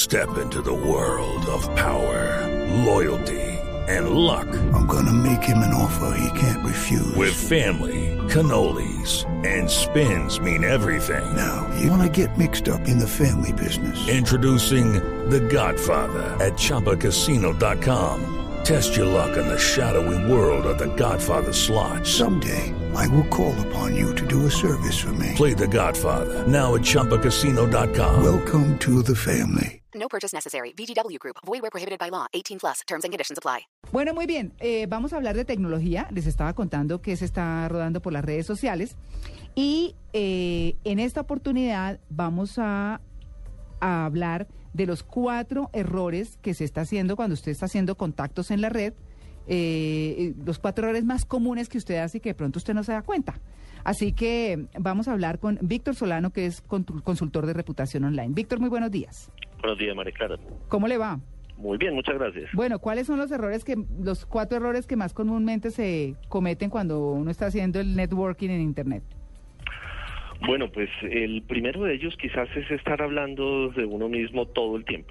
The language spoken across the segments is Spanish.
Step into the world of power, loyalty, and luck. I'm gonna make him an offer he can't refuse. With family, cannolis, and spins mean everything. Now, you wanna get mixed up in the family business. Introducing The Godfather at ChumbaCasino.com. Test your luck in the shadowy world of The Godfather slot. Someday, I will call upon you to do a service for me. Play The Godfather now at ChumbaCasino.com. Welcome to the family. No purchase necessary. VGW Group. Void where prohibited by law. 18+. Terms and conditions apply. Bueno, muy bien. Vamos a hablar de tecnología. Les estaba contando que se está rodando por las redes sociales. Y en esta oportunidad vamos a hablar de los 4 errores que se está haciendo cuando usted está haciendo contactos en la red. Los 4 errores más comunes que usted hace y que de pronto usted no se da cuenta. Así que vamos a hablar con Víctor Solano, que es consultor de reputación online. Víctor, muy buenos días. Buenos días, María Clara. ¿Cómo le va? Muy bien, muchas gracias. Bueno, ¿cuáles son los 4 errores que más comúnmente se cometen cuando uno está haciendo el networking en Internet? Bueno, pues el primero de ellos quizás es estar hablando de uno mismo todo el tiempo.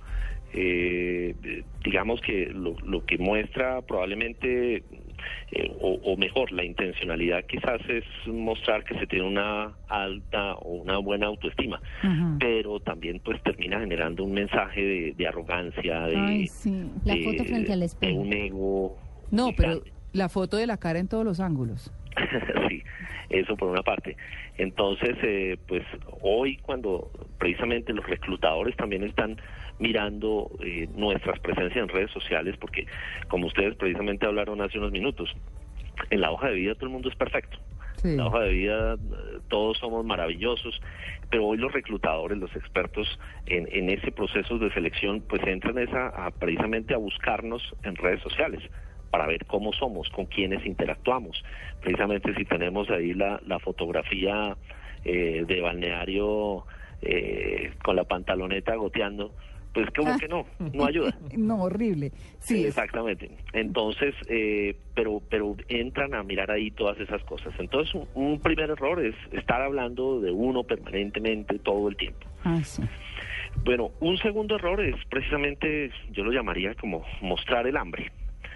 Digamos que lo que muestra probablemente, o mejor, la intencionalidad quizás es mostrar que se tiene una alta o una buena autoestima, pero también pues termina generando un mensaje de arrogancia, Ay, sí. La foto frente al espejo. de un ego. No, pero grande. la foto de la cara en todos los ángulos. Sí, eso por una parte. Entonces, pues hoy cuando precisamente los reclutadores también están mirando nuestras presencias en redes sociales, porque como ustedes precisamente hablaron hace unos minutos, en la hoja de vida todo el mundo es perfecto. Sí. En la hoja de vida todos somos maravillosos, pero hoy los reclutadores, los expertos en ese proceso de selección, pues entran precisamente a buscarnos en redes sociales, para ver cómo somos, con quiénes interactuamos. Precisamente si tenemos ahí la fotografía de balneario con la pantaloneta goteando, pues como que no ayuda. No, horrible. Sí, exactamente. Entonces, pero entran a mirar ahí todas esas cosas. Entonces, un primer error es estar hablando de uno permanentemente todo el tiempo. Sí. Bueno, un segundo error es precisamente, yo lo llamaría como mostrar el hambre.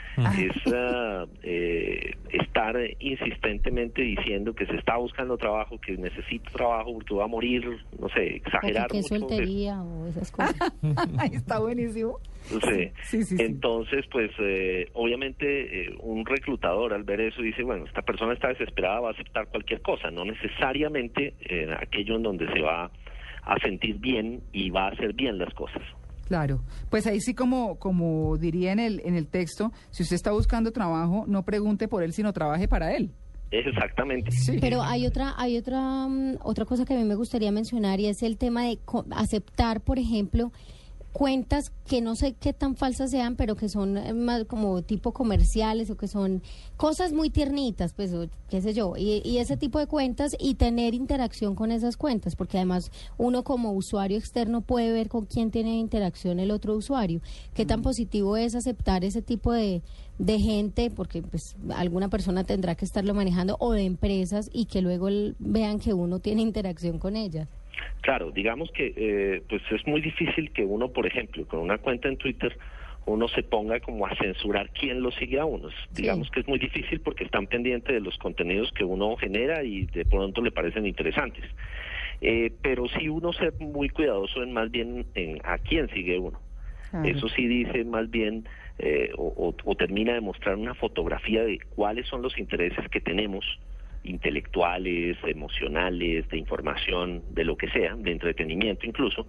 Es estar insistentemente diciendo que se está buscando trabajo, que necesito trabajo porque va a morir, no sé, exagerar que mucho. soltería o esas cosas. Está buenísimo. Sí. Sí. Entonces, pues, obviamente, un reclutador al ver eso dice, bueno, esta persona está desesperada, va a aceptar cualquier cosa, no necesariamente aquello en donde se va a sentir bien y va a hacer bien las cosas. Claro, pues ahí sí como diría en el texto, si usted está buscando trabajo, no pregunte por él, sino trabaje para él. Exactamente. Sí. Pero hay otra cosa que a mí me gustaría mencionar y es el tema de aceptar, por ejemplo, cuentas que no sé qué tan falsas sean, pero que son más como tipo comerciales o que son cosas muy tiernitas, pues, o qué sé yo, y ese tipo de cuentas y tener interacción con esas cuentas, porque además uno como usuario externo puede ver con quién tiene interacción el otro usuario. ¿Qué tan positivo es aceptar ese tipo de gente, porque pues alguna persona tendrá que estarlo manejando, o de empresas, y que luego vean que uno tiene interacción con ellas? Claro, digamos que pues es muy difícil que uno, por ejemplo, con una cuenta en Twitter, uno se ponga como a censurar quién lo sigue a uno. Digamos que es muy difícil porque están pendientes de los contenidos que uno genera y de pronto le parecen interesantes. Pero sí uno ser muy cuidadoso en más bien en a quién sigue uno. Claro. Eso sí dice más bien o termina de mostrar una fotografía de cuáles son los intereses que tenemos, intelectuales, emocionales, de información, de lo que sea, de entretenimiento incluso,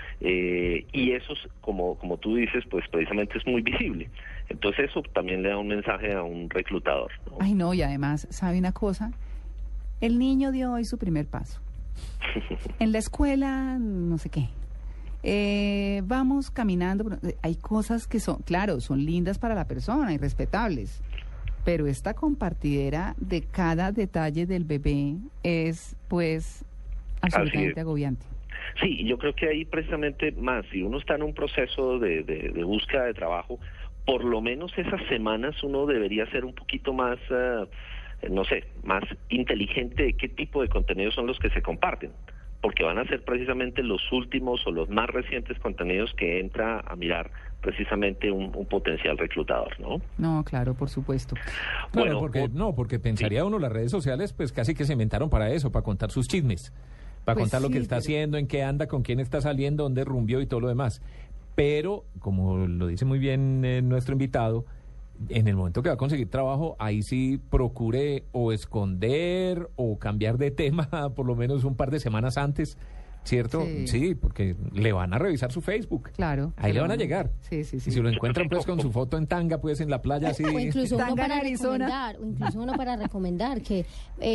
y eso, como tú dices, pues precisamente es muy visible. Entonces eso también le da un mensaje a un reclutador, ¿no? Ay, no, y además, ¿sabe una cosa? El niño dio hoy su primer paso. En la escuela, no sé qué. Vamos caminando, hay cosas que son, claro, son lindas para la persona y respetables, pero esta compartidera de cada detalle del bebé es, pues, absolutamente agobiante. Sí, yo creo que ahí precisamente más, si uno está en un proceso de búsqueda de trabajo, por lo menos esas semanas uno debería ser un poquito más, no sé, más inteligente de qué tipo de contenidos son los que se comparten. porque van a ser precisamente los últimos o los más recientes contenidos que entra a mirar precisamente un potencial reclutador, ¿no? No, claro, por supuesto. Bueno, porque pensaría sí. uno, las redes sociales pues casi que se inventaron para eso, para contar sus chismes, para Pues contar lo sí, que está haciendo, en qué anda, con quién está saliendo, dónde rumbió y todo lo demás. Pero, como lo dice muy bien nuestro invitado, en el momento que va a conseguir trabajo, ahí sí procure o esconder o cambiar de tema por lo menos un par de semanas antes, ¿cierto? Sí, porque le van a revisar su Facebook. Claro. Ahí le van a llegar. Sí. Y si lo encuentran pues con su foto en tanga, pues en la playa, así. O incluso uno Tanga en para Arizona. recomendar, que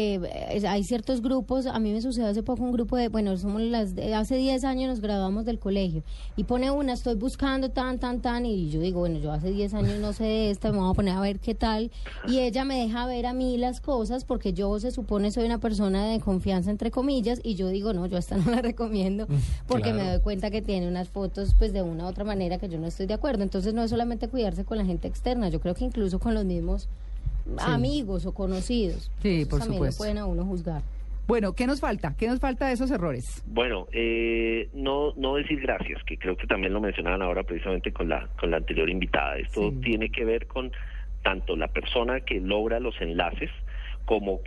hay ciertos grupos. A mí me sucedió hace poco un grupo hace 10 años nos graduamos del colegio y pone estoy buscando tan, y yo digo, bueno, yo hace 10 años no sé de esta, me voy a poner a ver qué tal, y ella me deja ver a mí las cosas porque yo se supone soy una persona de confianza entre comillas, y yo digo, no, yo esta no la recomiendo porque Claro. me doy cuenta que tiene unas fotos pues de una u otra manera que yo no estoy de acuerdo. Entonces no es solamente cuidarse con la gente externa, yo creo que incluso con los mismos amigos o conocidos. Sí, Entonces, por también supuesto. lo pueden a uno juzgar. Bueno, ¿qué nos falta? ¿Qué nos falta de esos errores? Bueno, no decir gracias, que creo que también lo mencionaban ahora precisamente con la anterior invitada. Esto Sí. tiene que ver con tanto la persona que logra los enlaces como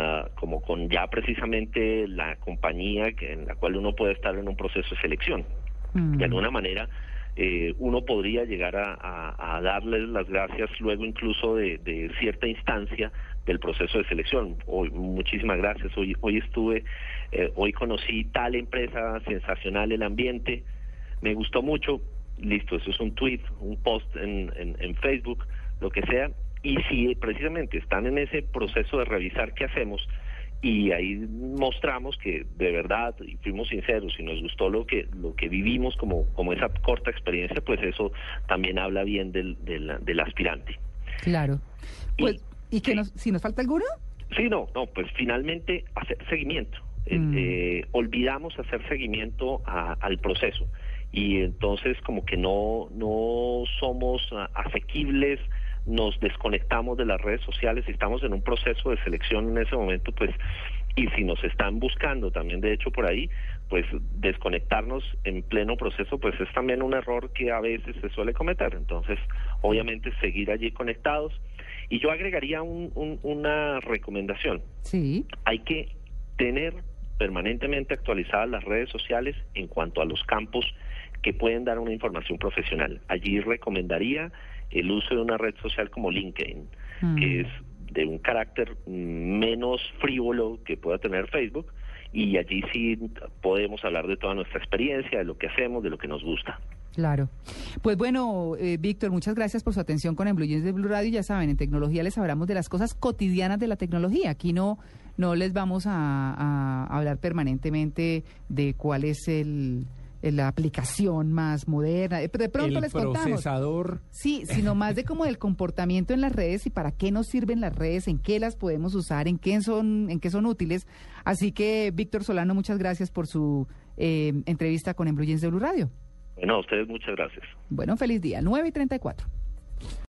con ya precisamente la compañía en la cual uno puede estar en un proceso de selección. De alguna manera uno podría llegar a darles las gracias luego incluso de cierta instancia del proceso de selección. Hoy, muchísimas gracias, hoy estuve, hoy conocí tal empresa, sensacional el ambiente, me gustó mucho, listo, eso es un tweet, un post en Facebook, lo que sea, y si precisamente están en ese proceso de revisar qué hacemos, y ahí mostramos que de verdad y fuimos sinceros y nos gustó lo que vivimos como esa corta experiencia, pues eso también habla bien del aspirante. Claro. Pues, ¿y sí. si nos falta alguno? Sí, no, pues finalmente hacer seguimiento. Olvidamos hacer seguimiento al proceso y entonces como que no somos asequibles, nos desconectamos de las redes sociales y estamos en un proceso de selección en ese momento, pues, y si nos están buscando también de hecho por ahí, pues desconectarnos en pleno proceso, pues es también un error que a veces se suele cometer. Entonces, obviamente seguir allí conectados. Y yo agregaría una recomendación. Sí. Hay que tener permanentemente actualizadas las redes sociales en cuanto a los campos que pueden dar una información profesional. Allí recomendaría el uso de una red social como LinkedIn, que es de un carácter menos frívolo que pueda tener Facebook, y allí sí podemos hablar de toda nuestra experiencia, de lo que hacemos, de lo que nos gusta. Claro. Pues bueno, Víctor, muchas gracias por su atención con En Blue Jeans de Blue Radio. Ya saben, en tecnología les hablamos de las cosas cotidianas de la tecnología. Aquí no les vamos a hablar permanentemente de cuál es la aplicación más moderna. De pronto les contamos. El procesador. Sí, sino más de como del comportamiento en las redes y para qué nos sirven las redes, en qué las podemos usar, en qué son útiles. Así que, Víctor Solano, muchas gracias por su entrevista con En Blue Jeans de Blue Radio. Bueno, a ustedes muchas gracias. Bueno, feliz día. 9:34.